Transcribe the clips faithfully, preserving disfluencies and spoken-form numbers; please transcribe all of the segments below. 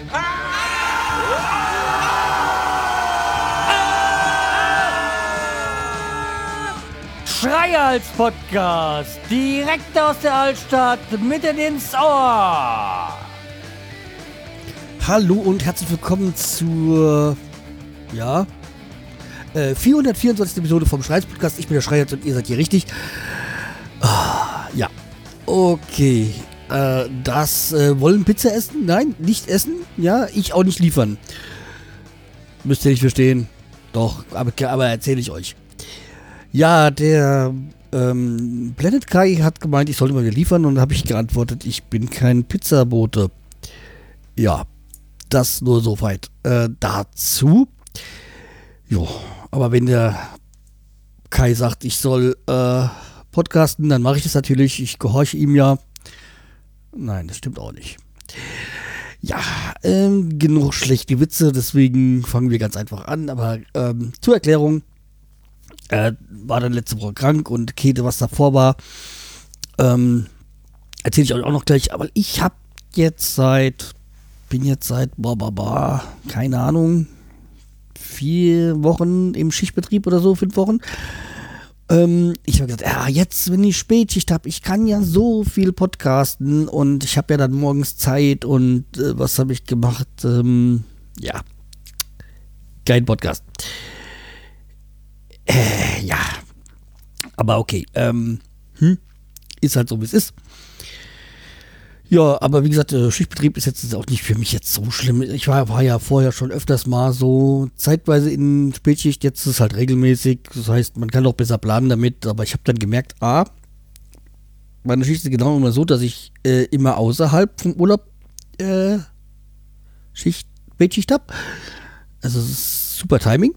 Schreihals Podcast, direkt aus der Altstadt, mitten ins Ohr. Hallo und herzlich willkommen zur, ja, äh, vierhundertvierundzwanzigsten Episode vom Schreihals Podcast. Ich bin der Schreihals und ihr seid hier richtig. Ah, ja, okay. Äh, das, äh, wollen Pizza essen? Nein, nicht essen. Ja, ich auch nicht liefern. Müsst ihr nicht verstehen. Doch, aber, aber erzähle ich euch. Ja, der ähm, Planet Kai hat gemeint, ich sollte mal wieder liefern und dann habe ich geantwortet, ich bin kein Pizzabote. Ja, das nur soweit äh, dazu. Jo, aber wenn der Kai sagt, ich soll äh, podcasten, dann mache ich das natürlich. Ich gehorche ihm ja. Nein, das stimmt auch nicht. Ja, ähm, genug schlechte Witze, deswegen fangen wir ganz einfach an. Aber ähm, zur Erklärung. Äh, war dann letzte Woche krank und Käthe, was davor war, ähm, erzähle ich euch auch noch gleich. Aber ich habe jetzt seit, bin jetzt seit, boah, boah, boah, keine Ahnung, vier Wochen im Schichtbetrieb oder so, fünf Wochen. Ähm, ich habe gesagt, ja, jetzt, wenn ich Spätschicht habe, ich kann ja so viel podcasten und ich habe ja dann morgens Zeit und äh, was habe ich gemacht? Ähm, ja, kein Podcast. Äh, ja, aber okay, ähm, hm, ist halt so, wie es ist. Ja, aber wie gesagt, der Schichtbetrieb ist jetzt auch nicht für mich jetzt so schlimm. Ich war, war ja vorher schon öfters mal so zeitweise in Spätschicht, jetzt ist es halt regelmäßig. Das heißt, man kann auch besser planen damit, aber ich habe dann gemerkt, A, meine Schicht ist genau immer so, dass ich äh, immer außerhalb vom Urlaub äh, Schicht, Spätschicht habe. Also es ist super Timing.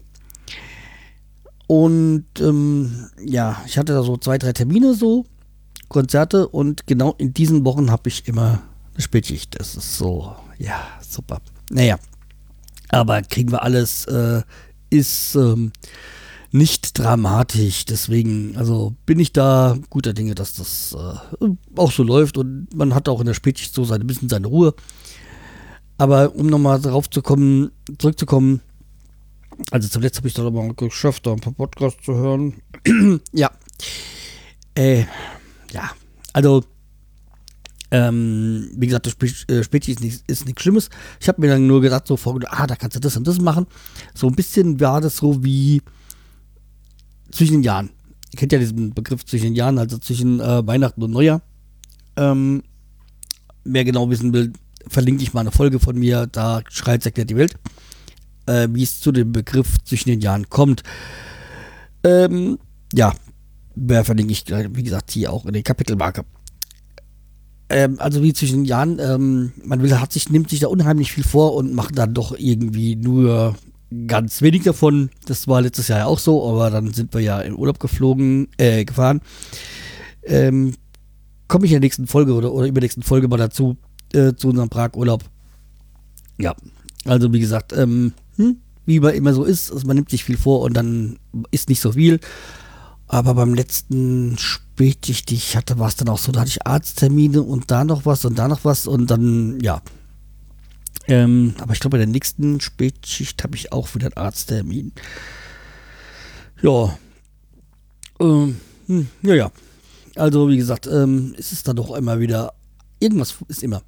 Und ähm, ja, ich hatte da so zwei, drei Termine, so Konzerte und genau in diesen Wochen habe ich immer eine Spätschicht. Das ist so, ja, super. Naja, aber kriegen wir alles, äh, ist ähm, nicht dramatisch. Deswegen, also bin ich da guter Dinge, dass das äh, auch so läuft und man hat auch in der Spätschicht so ein bisschen seine Ruhe. Aber um nochmal darauf zu kommen, zurückzukommen, also zuletzt habe ich da mal geschafft, da ein paar Podcasts zu hören. ja. Äh, ja, also, ähm, wie gesagt, das Spätschicht ist nichts, ist nichts Schlimmes. Ich habe mir dann nur gedacht, so vorgedacht, ah, da kannst du das und das machen. So ein bisschen war das so wie zwischen den Jahren. Ihr kennt ja diesen Begriff zwischen den Jahren, also zwischen äh, Weihnachten und Neujahr. Ähm, wer genau wissen will, verlinke ich mal eine Folge von mir, da schreit erklärt die Welt. Äh, wie es zu dem Begriff zwischen den Jahren kommt. Ähm, ja, verlinke ich, wie gesagt, hier auch in der Kapitelmarke. Ähm, also wie zwischen den Jahren, ähm, man will, hat sich, nimmt sich da unheimlich viel vor und macht dann doch irgendwie nur ganz wenig davon. Das war letztes Jahr ja auch so, aber dann sind wir ja in Urlaub geflogen, äh, gefahren. Ähm, komme ich in der nächsten Folge oder, oder übernächsten Folge mal dazu, äh, zu unserem Prag-Urlaub. Ja, also wie gesagt, ähm, hm, wie bei immer so ist, also man nimmt sich viel vor und dann ist nicht so viel. Aber beim letzten Spätschicht, die ich hatte, war es dann auch so, da hatte ich Arzttermine und da noch was und da noch was und dann, ja. Ähm, aber ich glaube, bei der nächsten Spätschicht habe ich auch wieder einen Arzttermin. Ja. Ähm, hm, ja, ja. Also, wie gesagt, ähm, es ist dann doch immer wieder, irgendwas ist immer.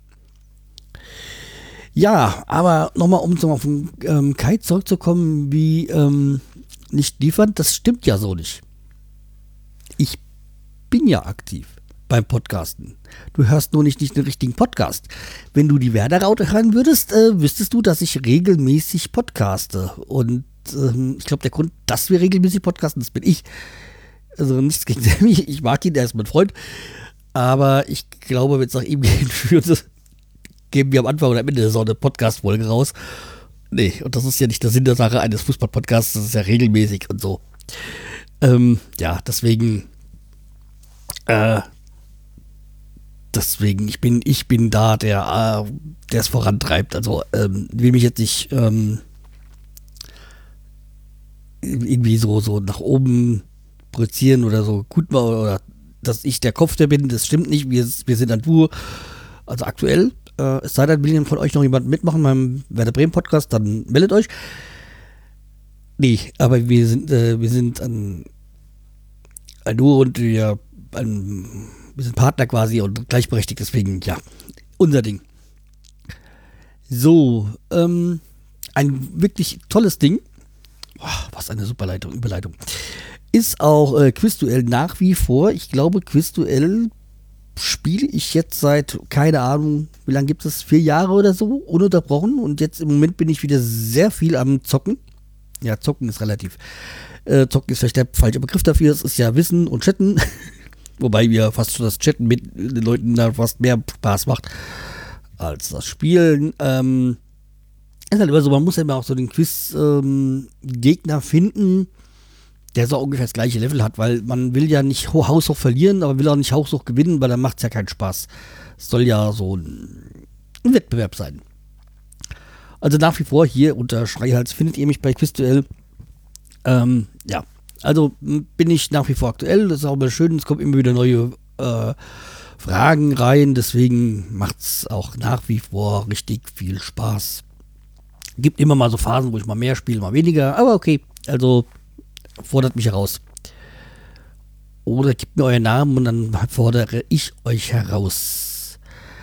Ja, aber nochmal, um zum auf den ähm, Kai zurückzukommen, wie ähm, nicht liefern, das stimmt ja so nicht. Ich bin ja aktiv beim Podcasten. Du hörst nur nicht, nicht den richtigen Podcast. Wenn du die Werder-Raute hören würdest, äh, wüsstest du, dass ich regelmäßig podcaste. Und ähm, ich glaube, der Grund, dass wir regelmäßig podcasten, das bin ich. Also nichts gegen Sammy, ich mag ihn, der ist mein Freund. Aber ich glaube, wenn es nach ihm gehen würde, geben wir am Anfang oder am Ende so eine Podcast-Folge raus. Nee, und das ist ja nicht der Sinn der Sache eines Fußball-Podcasts, das ist ja regelmäßig und so. Ähm, ja, deswegen, äh, deswegen, ich bin, ich bin da, der, äh, der es vorantreibt. Also, ähm, will mich jetzt nicht, ähm, irgendwie so, so nach oben projizieren oder so gut machen oder dass ich der Kopf der bin, das stimmt nicht. Wir, wir sind ein Duo, also aktuell, Äh, es sei denn, will von euch noch jemand mitmachen beim Werder Bremen Podcast, dann meldet euch. Nee, aber wir sind, äh, wir sind ein, ein Duo und wir, ein, wir sind Partner quasi und gleichberechtigt, deswegen, ja, unser Ding. So, ähm, ein wirklich tolles Ding. Boah, was eine super Leitung, Überleitung. Ist auch äh, Quizduell nach wie vor. Ich glaube, Quizduell spiele ich jetzt seit, keine Ahnung, wie lange gibt es? Vier Jahre oder so, ununterbrochen. Und jetzt im Moment bin ich wieder sehr viel am Zocken. Ja, Zocken ist relativ. Äh, Zocken ist vielleicht der falsche Begriff dafür. Es ist ja Wissen und Chatten. Wobei mir fast schon das Chatten mit den Leuten da fast mehr Spaß macht als das Spielen. Ähm, ist halt immer so, man muss ja immer auch so den Quiz-Gegner ähm, finden, der so ungefähr das gleiche Level hat, weil man will ja nicht ho- haushoch verlieren, aber will auch nicht haushoch gewinnen, weil dann macht es ja keinen Spaß. Es soll ja so ein, ein Wettbewerb sein. Also nach wie vor hier unter Schreihals findet ihr mich bei Quizduell. Ähm, ja, also bin ich nach wie vor aktuell, das ist auch immer schön, es kommen immer wieder neue äh, Fragen rein, deswegen macht es auch nach wie vor richtig viel Spaß. Gibt immer mal so Phasen, wo ich mal mehr spiele, mal weniger, aber okay, also fordert mich heraus. Oder gebt mir euren Namen und dann fordere ich euch heraus.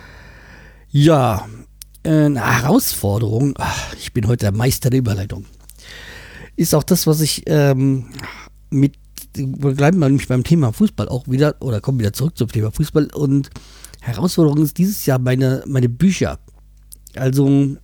Ja, eine Herausforderung, ach, ich bin heute der Meister der Überleitung, ist auch das, was ich ähm, mit, wir bleiben mal nämlich beim Thema Fußball auch wieder, oder kommen wieder zurück zum Thema Fußball, und Herausforderung ist dieses Jahr meine, meine Bücher. Also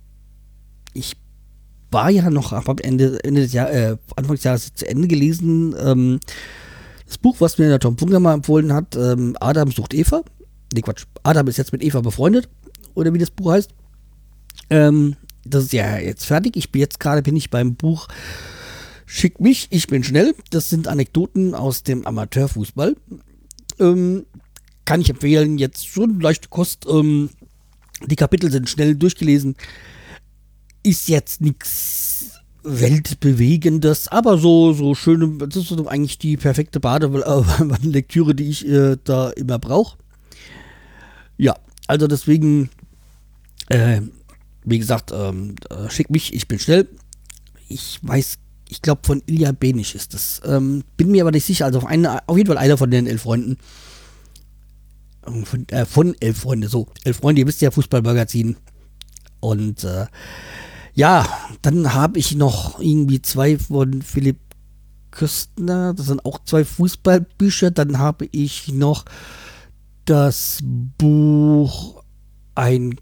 ich war ja noch am Ende, Ende des Jahr, äh, Anfang des Jahres zu Ende gelesen. Ähm, das Buch, was mir der Tom Funker mal empfohlen hat, ähm, Adam sucht Eva. Nee, Quatsch. Adam ist jetzt mit Eva befreundet. Oder wie das Buch heißt. Ähm, das ist ja jetzt fertig. Ich bin jetzt gerade, bin ich beim Buch Schick mich, ich bin schnell. Das sind Anekdoten aus dem Amateurfußball. Ähm, kann ich empfehlen. Jetzt schon leichte Kost. Ähm, die Kapitel sind schnell durchgelesen. Ist jetzt nichts Weltbewegendes, aber so, so schöne, das ist so eigentlich die perfekte Badewannenlektüre, die ich äh, da immer brauche. Ja, also deswegen, äh, wie gesagt, ähm, äh, schick mich, ich bin schnell. Ich weiß, ich glaube von Ilja Benisch ist das. Ähm, bin mir aber nicht sicher, also auf, eine, auf jeden Fall einer von den elf Freunden. Von, äh, von elf Freunde, so. Elf Freunde, ihr wisst ja, Fußballmagazin. Und, äh, ja, dann habe ich noch irgendwie zwei von Philipp Küstner, das sind auch zwei Fußballbücher. Dann habe ich noch das Buch Ein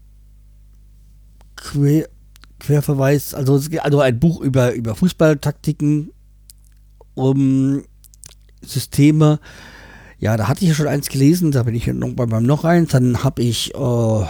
Quer, Querverweis, also, also ein Buch über, über Fußballtaktiken, um Systeme. Ja, da hatte ich ja schon eins gelesen, da bin ich noch beim noch eins. Dann habe ich äh,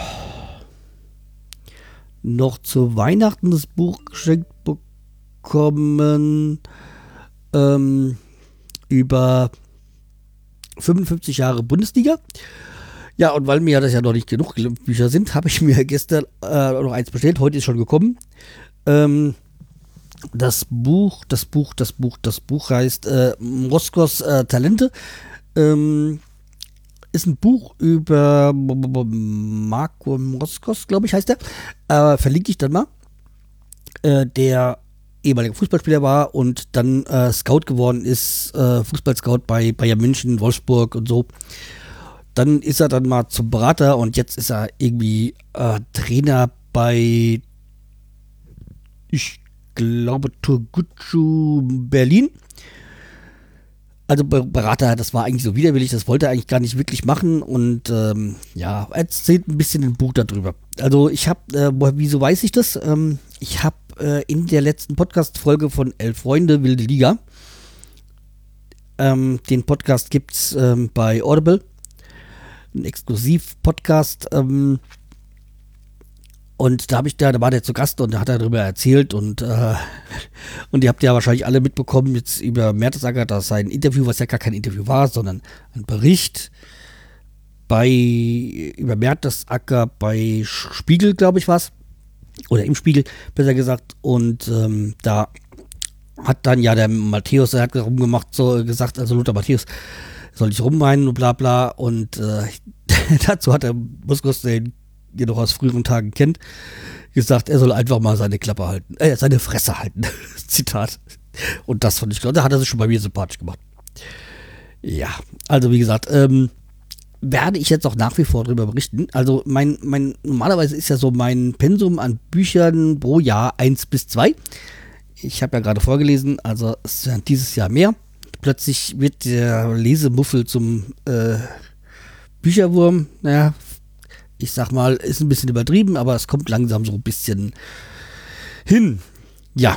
noch zu Weihnachten das Buch geschenkt bekommen ähm, über fünfundfünfzig Jahre Bundesliga. Ja, und weil mir das ja noch nicht genug Bücher sind, habe ich mir gestern äh, noch eins bestellt. Heute ist schon gekommen. Ähm, das Buch, das Buch, das Buch, das Buch heißt äh, Moskos äh, Talente. Ähm, ist ein Buch über Marco Moskos, glaube ich, heißt der. Äh, verlinke ich dann mal. Äh, der ehemaliger Fußballspieler war und dann äh, Scout geworden ist, äh, Fußballscout bei Bayern München, Wolfsburg und so. Dann ist er dann mal zum Berater und jetzt ist er irgendwie äh, Trainer bei, ich glaube, Turgutschu Berlin. Also Berater, das war eigentlich so widerwillig, das wollte er eigentlich gar nicht wirklich machen und ähm, ja, erzählt ein bisschen ein Buch darüber. Also ich habe, äh, wieso weiß ich das? Ähm, ich habe äh, in der letzten Podcast-Folge von Elf Freunde, Wilde Liga, ähm, den Podcast gibt's ähm, bei Audible, ein Exklusiv-Podcast, ähm, und da habe ich da, da war der zu Gast und da hat er darüber erzählt und äh, und ihr habt ja wahrscheinlich alle mitbekommen jetzt über Mertesacker, dass sein Interview, was ja gar kein Interview war, sondern ein Bericht bei über Mertesacker bei Spiegel, glaube ich, war's, oder im Spiegel, besser gesagt. Und ähm, da hat dann ja der Matthäus, der hat rumgemacht, so gesagt, also Lothar Matthäus, soll ich rumweinen und bla bla. Und äh, dazu hat der Moskos den ihr noch aus früheren Tagen kennt, gesagt, er soll einfach mal seine Klappe halten, äh, seine Fresse halten. Zitat. Und das fand ich, da hat er sich schon bei mir sympathisch gemacht. Ja, also wie gesagt, ähm, werde ich jetzt auch nach wie vor darüber berichten. Also mein, mein, normalerweise ist ja so mein Pensum an Büchern pro Jahr eins bis zwei. Ich habe ja gerade vorgelesen, also es ist dieses Jahr mehr. Plötzlich wird der Lesemuffel zum äh, Bücherwurm. Naja, ich sag mal, ist ein bisschen übertrieben, aber es kommt langsam so ein bisschen hin. Ja,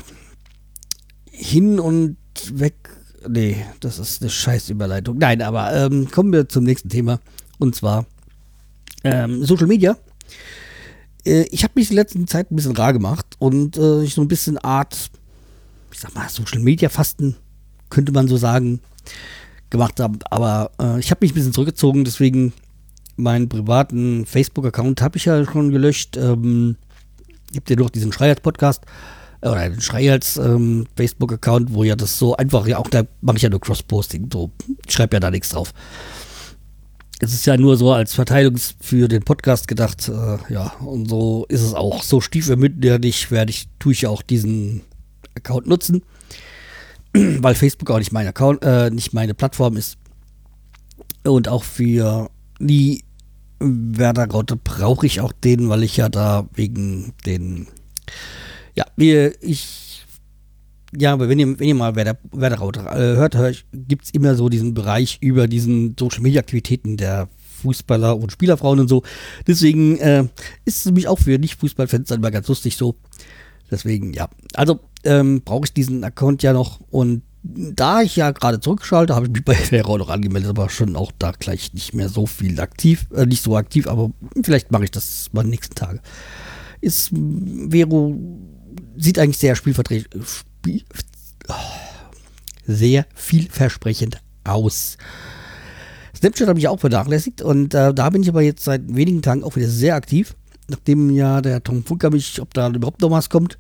hin und weg. Nee, das ist eine scheiß Überleitung. Nein, aber ähm, kommen wir zum nächsten Thema. Und zwar ähm, Social Media. Äh, ich habe mich in letzter Zeit ein bisschen rar gemacht und äh, ich so ein bisschen Art, ich sag mal, Social Media Fasten, könnte man so sagen, gemacht habe. Aber äh, ich habe mich ein bisschen zurückgezogen, deswegen meinen privaten Facebook-Account habe ich ja schon gelöscht. Ähm, ich habe ja noch diesen Schreihals-Podcast. Oder den Schreihals ähm, Facebook-Account, wo ja das so einfach, ja auch da mache ich ja nur Cross-Posting, so, ich schreibe ja da nichts drauf. Es ist ja nur so als Verteilung für den Podcast gedacht, äh, ja, und so ist es auch. So stiefmütterlich werde ich, tue ich ja auch diesen Account nutzen, weil Facebook auch nicht mein Account, äh, nicht meine Plattform ist. Und auch für die Werder-Raute brauche ich auch den, weil ich ja da wegen den Ja, wir, ich, ja, aber wenn ihr, wenn ihr mal Werder, Werder-Raute äh, hört, hört gibt es immer so diesen Bereich über diesen Social-Media-Aktivitäten der Fußballer und Spielerfrauen und so. Deswegen äh, ist es nämlich auch für Nicht-Fußballfans dann mal ganz lustig so. Deswegen, ja. Also ähm, brauche ich diesen Account ja noch und da ich ja gerade zurückschalte, habe ich mich bei der auch noch angemeldet, aber schon auch da gleich nicht mehr so viel aktiv, äh, nicht so aktiv, aber vielleicht mache ich das mal nächsten Tage. Ist Vero sieht eigentlich sehr spielverträglich, Spiel, oh, sehr vielversprechend aus. Snapchat habe ich auch vernachlässigt und äh, da bin ich aber jetzt seit wenigen Tagen auch wieder sehr aktiv, nachdem ja der Tom Funker mich, ob da überhaupt noch was kommt.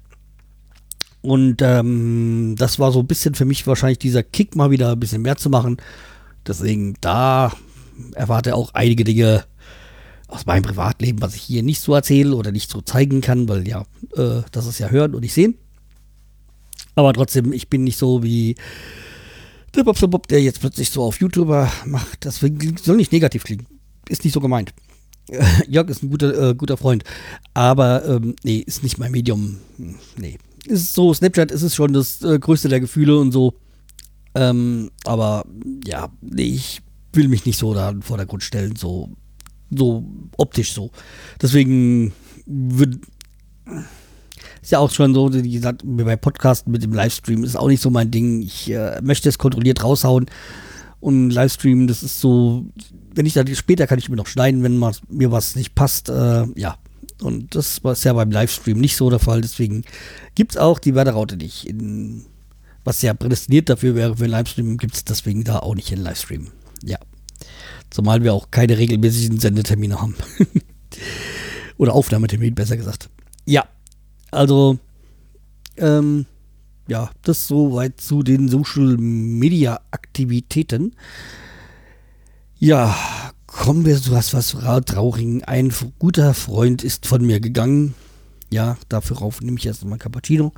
Und ähm, das war so ein bisschen für mich wahrscheinlich dieser Kick, mal wieder ein bisschen mehr zu machen. Deswegen da erwarte auch einige Dinge aus meinem Privatleben, was ich hier nicht so erzähle oder nicht so zeigen kann, weil ja, äh, das ist ja hören und nicht sehen. Aber trotzdem, ich bin nicht so wie der Bob, der Bob, der jetzt plötzlich so auf YouTuber macht. Das soll nicht negativ klingen. Ist nicht so gemeint. Jörg ist ein guter, äh, guter Freund. Aber ähm, nee, ist nicht mein Medium. Nee. Ist so, Snapchat ist es schon das äh, größte der Gefühle und so. Ähm, aber ja, nee, ich will mich nicht so da in den Vordergrund stellen, so so optisch so. Deswegen wird, ist ja auch schon so, wie gesagt, bei Podcasten mit dem Livestream ist auch nicht so mein Ding. Ich äh, möchte es kontrolliert raushauen und Livestream, das ist so, wenn ich da später kann ich mir noch schneiden, wenn mal, mir was nicht passt, äh, ja. Und das war ja beim Livestream nicht so der Fall, deswegen gibt es auch die Werder-Raute nicht. In, was ja prädestiniert dafür wäre für einen Livestream, gibt es deswegen da auch nicht in Livestream. Ja. Zumal wir auch keine regelmäßigen Sendetermine haben. Oder Aufnahmetermin, besser gesagt. Ja, also, ähm, ja, das soweit zu den Social-Media-Aktivitäten. Ja, kommen wir zu was, was Traurigen. Ein guter Freund ist von mir gegangen. Ja, dafür rauf nehme ich erst mal Cappuccino.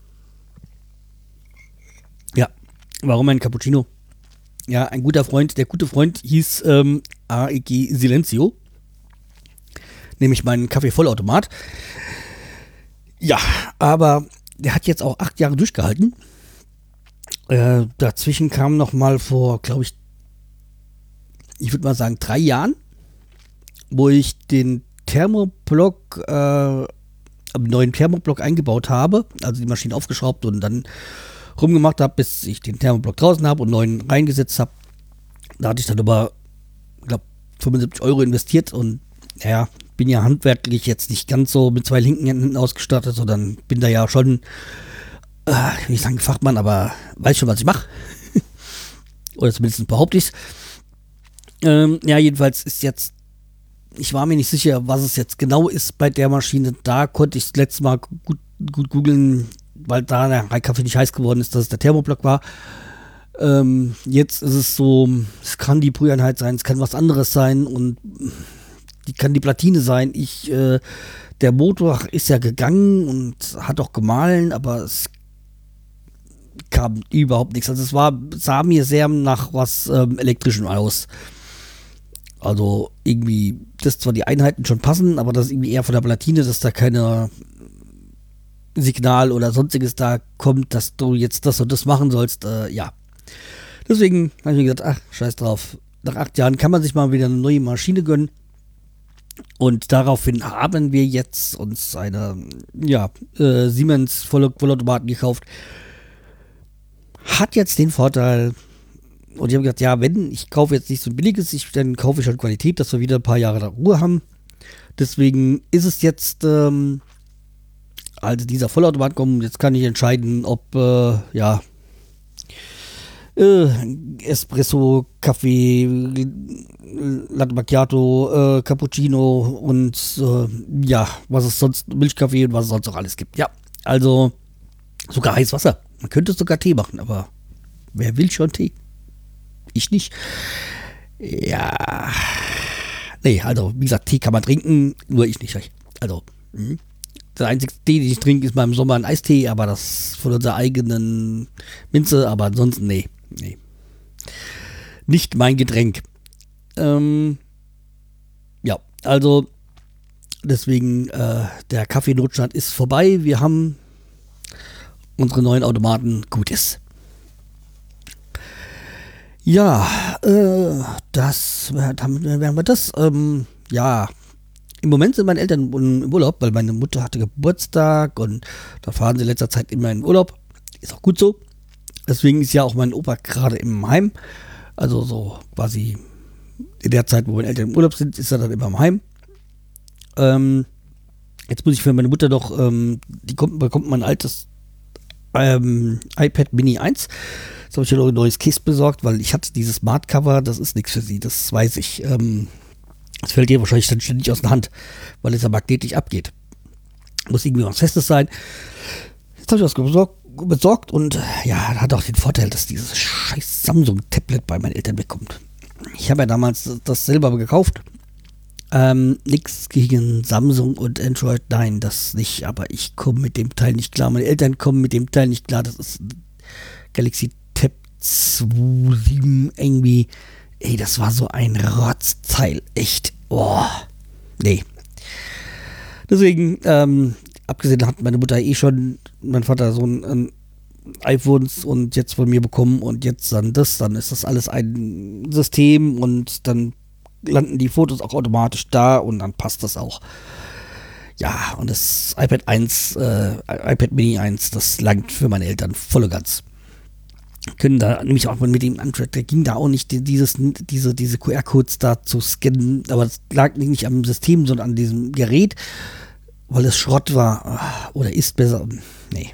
Ja, warum ein Cappuccino? Ja, ein guter Freund, der gute Freund hieß ähm, A E G Silencio. Nämlich meinen Kaffee-Vollautomat. Ja, aber der hat jetzt auch acht Jahre durchgehalten. Äh, dazwischen kam noch mal vor, glaube ich, ich würde mal sagen drei Jahren, wo ich den Thermoblock, äh, einen neuen Thermoblock eingebaut habe, also die Maschine aufgeschraubt und dann rumgemacht habe, bis ich den Thermoblock draußen habe und neuen reingesetzt habe. Da hatte ich dann aber, ich glaube, fünfundsiebzig Euro investiert und naja, bin ja handwerklich jetzt nicht ganz so mit zwei linken Händen ausgestattet, sondern bin da ja schon, äh, ich will nicht sagen Fachmann, aber weiß schon, was ich mache. Oder zumindest behaupte ich es. Ähm, ja, jedenfalls ist jetzt, ich war mir nicht sicher, was es jetzt genau ist bei der Maschine. Da konnte ich das letzte Mal gut, gut googeln, weil da der Kaffee nicht heiß geworden ist, dass es der Thermoblock war. Ähm, jetzt ist es so, es kann die Brüheinheit sein, es kann was anderes sein und die kann die Platine sein. Ich, äh, der Motor ist ja gegangen und hat auch gemahlen, aber es kam überhaupt nichts. Also es war, sah mir sehr nach was ähm, Elektrischem aus. Also irgendwie, dass zwar die Einheiten schon passen, aber das ist irgendwie eher von der Platine, dass da keine Signal oder sonstiges da kommt, dass du jetzt das und das machen sollst. Äh, ja. Deswegen habe ich mir gedacht, ach, scheiß drauf. Nach acht Jahren kann man sich mal wieder eine neue Maschine gönnen. Und daraufhin haben wir jetzt uns eine, ja, äh, Siemens Voll- Vollautomaten gekauft. Hat jetzt den Vorteil, und ich habe gesagt, ja, wenn, ich kaufe jetzt nicht so ein billiges, ich, dann kaufe ich schon Qualität, dass wir wieder ein paar Jahre da Ruhe haben. Deswegen ist es jetzt, ähm, also dieser Vollautomat kommt, jetzt kann ich entscheiden, ob, äh, ja, äh, Espresso, Kaffee, Latte Macchiato, äh, Cappuccino und, äh, ja, was es sonst, Milchkaffee und was es sonst auch alles gibt. Ja, also sogar heißes Wasser. Man könnte sogar Tee machen, aber wer will schon Tee? Ich nicht. Ja. Nee, also wie gesagt, Tee kann man trinken, nur ich nicht. Also, mh. Der einzige Tee, den ich trinke, ist mal im Sommer ein Eistee, aber das von unserer eigenen Minze, aber ansonsten, nee, nee. Nicht mein Getränk. Ähm, ja, also deswegen, äh, der Kaffeenotstand ist vorbei. Wir haben unsere neuen Automaten, gut ist. Ja, äh, das, damit wären wir das, ähm, ja, im Moment sind meine Eltern im Urlaub, weil meine Mutter hatte Geburtstag und da fahren sie in letzter Zeit immer in Urlaub. Ist auch gut so. Deswegen ist ja auch mein Opa gerade im Heim. Also so quasi in der Zeit, wo meine Eltern im Urlaub sind, ist er dann immer im Heim. Ähm, jetzt muss ich für meine Mutter doch, ähm, die kommt, bekommt mein altes ähm, iPad Mini eins. Jetzt habe ich ja noch ein neues Case besorgt, weil ich hatte dieses Smart Cover, das ist nichts für sie, das weiß ich. Ähm, Das fällt dir wahrscheinlich dann ständig aus der Hand, weil es ja magnetisch abgeht. Muss irgendwie was Festes sein. Jetzt habe ich was besorgt, besorgt und ja, hat auch den Vorteil, dass dieses scheiß Samsung-Tablet bei meinen Eltern bekommt. Ich habe ja damals das selber gekauft. Ähm, nix gegen Samsung und Android, nein, das nicht. Aber ich komme mit dem Teil nicht klar. Meine Eltern kommen mit dem Teil nicht klar. Das ist Galaxy Tab zwei sieben irgendwie. Ey, das war so ein Rotzteil. Echt. Boah. Nee. Deswegen, ähm, abgesehen hat meine Mutter eh schon, mein Vater so ein, ein iPhones und jetzt von mir bekommen und jetzt dann das, dann ist das alles ein System und dann landen die Fotos auch automatisch da und dann passt das auch. Ja, und das iPad eins, äh, iPad Mini eins, das langt für meine Eltern voll und ganz. Können da nämlich auch mit dem Android, der ging da auch nicht dieses, diese, diese Q R-Codes da zu scannen, aber das lag nicht am System, sondern an diesem Gerät, weil es Schrott war oder ist besser. Nee.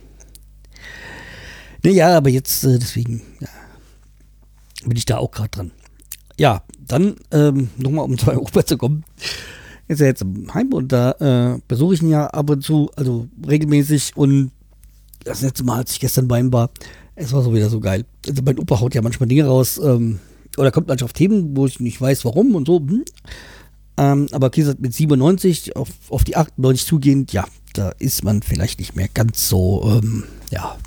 Naja, aber jetzt äh, deswegen ja, bin ich da auch gerade dran. Ja, dann ähm, nochmal um zu meinem Opa zu kommen. Ist er jetzt im Heim und da äh, besuche ich ihn ja ab und zu, also regelmäßig und das letzte Mal, als ich gestern bei ihm war, es war so wieder so geil. Also mein Opa haut ja manchmal Dinge raus, ähm, oder kommt manchmal auf Themen, wo ich nicht weiß, warum und so. Hm. Ähm, aber okay, mit siebenundneunzig auf, auf die achtundneunzig zugehend, ja, da ist man vielleicht nicht mehr ganz so, ähm, ja,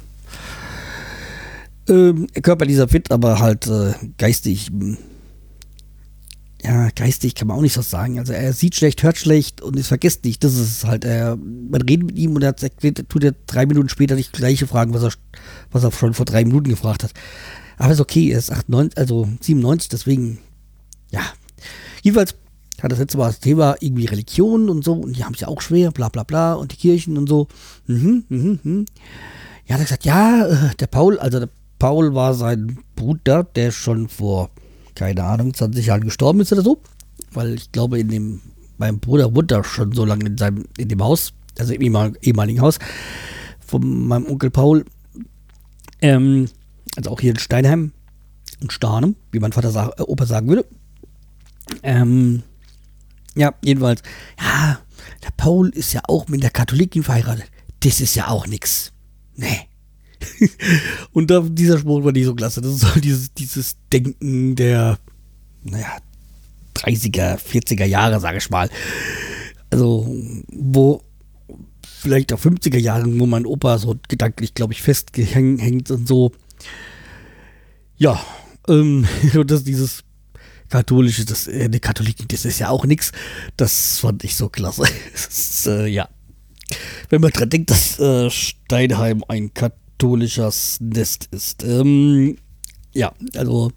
ähm, körperlich dieser fit, aber halt äh, geistig, mh, ja, geistig kann man auch nicht so sagen. Also er sieht schlecht, hört schlecht und ist vergisst nicht. Das ist halt, er, man redet mit ihm und er sagt, tut er drei Minuten später nicht gleiche Fragen, was er, was er schon vor drei Minuten gefragt hat. Aber ist okay, er ist achtundneunzig, also siebenundneunzig, deswegen, ja. Jedenfalls hat das letzte Mal das Thema irgendwie Religion und so und die haben es ja auch schwer, bla bla bla und die Kirchen und so. Mhm, mhm, mhm. Ja, hat er gesagt, ja, der Paul, also der Paul war sein Bruder, der schon vor keine Ahnung, zwanzig Jahren gestorben ist oder so, weil ich glaube, in dem, mein Bruder wohnt da schon so lange in seinem, in dem Haus, also im ehemaligen Haus von meinem Onkel Paul, ähm, also auch hier in Steinheim und Starnem, wie mein Vater sag, äh, Opa sagen würde. Ähm, ja, jedenfalls, ja, der Paul ist ja auch mit der Katholikin verheiratet. Das ist ja auch nix. Nee. Und da, dieser Spruch war nicht so klasse. Das ist so dieses, dieses Denken der, naja, dreißiger, vierziger Jahre, sage ich mal. Also, wo vielleicht auch fünfziger Jahren, wo mein Opa so gedanklich, glaube ich, festgehängt und so. Ja, ähm, das dieses katholische, das, äh, die Katholiken, das ist ja auch nichts. Das fand ich so klasse. Das ist, äh, ja. Wenn man dran denkt, dass äh, Steinheim ein katholisches Nest ist. Ähm, ja, also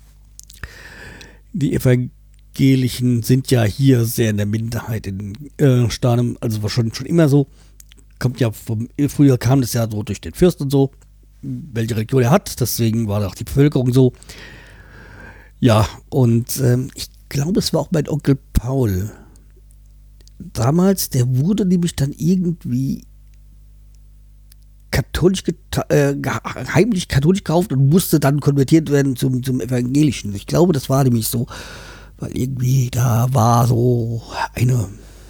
die Evangelischen sind ja hier sehr in der Minderheit in äh, Starnum, also war schon, schon immer so. Kommt ja vom, früher kam das ja so durch den Fürst und so, welche Religion er hat, deswegen war auch die Bevölkerung so. Ja, und ähm, ich glaube, es war auch mein Onkel Paul. Damals, der wurde nämlich dann irgendwie katholisch, äh, heimlich katholisch gekauft und musste dann konvertiert werden zum, zum Evangelischen. Ich glaube, das war nämlich so, weil irgendwie da war so eine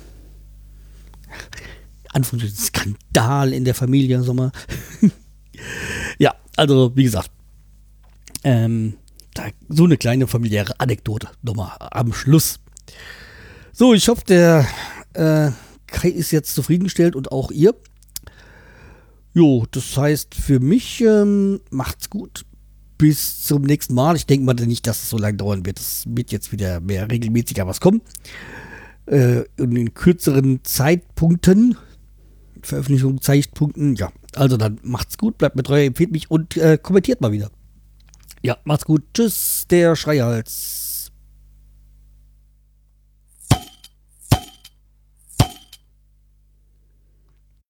Anführungsstrichen Skandal in der Familie, sag mal. Ja, also wie gesagt, ähm, da, so eine kleine familiäre Anekdote nochmal am Schluss. So, ich hoffe, der äh, Kai ist jetzt zufriedengestellt und auch ihr. Jo, das heißt für mich, ähm, macht's gut. Bis zum nächsten Mal. Ich denke mal nicht, dass es so lange dauern wird. Es wird jetzt wieder mehr regelmäßiger was kommen. Äh, in den kürzeren Zeitpunkten, Veröffentlichungszeitpunkten, ja. Also dann macht's gut, bleibt mir treu, empfiehlt mich und äh, kommentiert mal wieder. Ja, macht's gut. Tschüss, der Schreihals.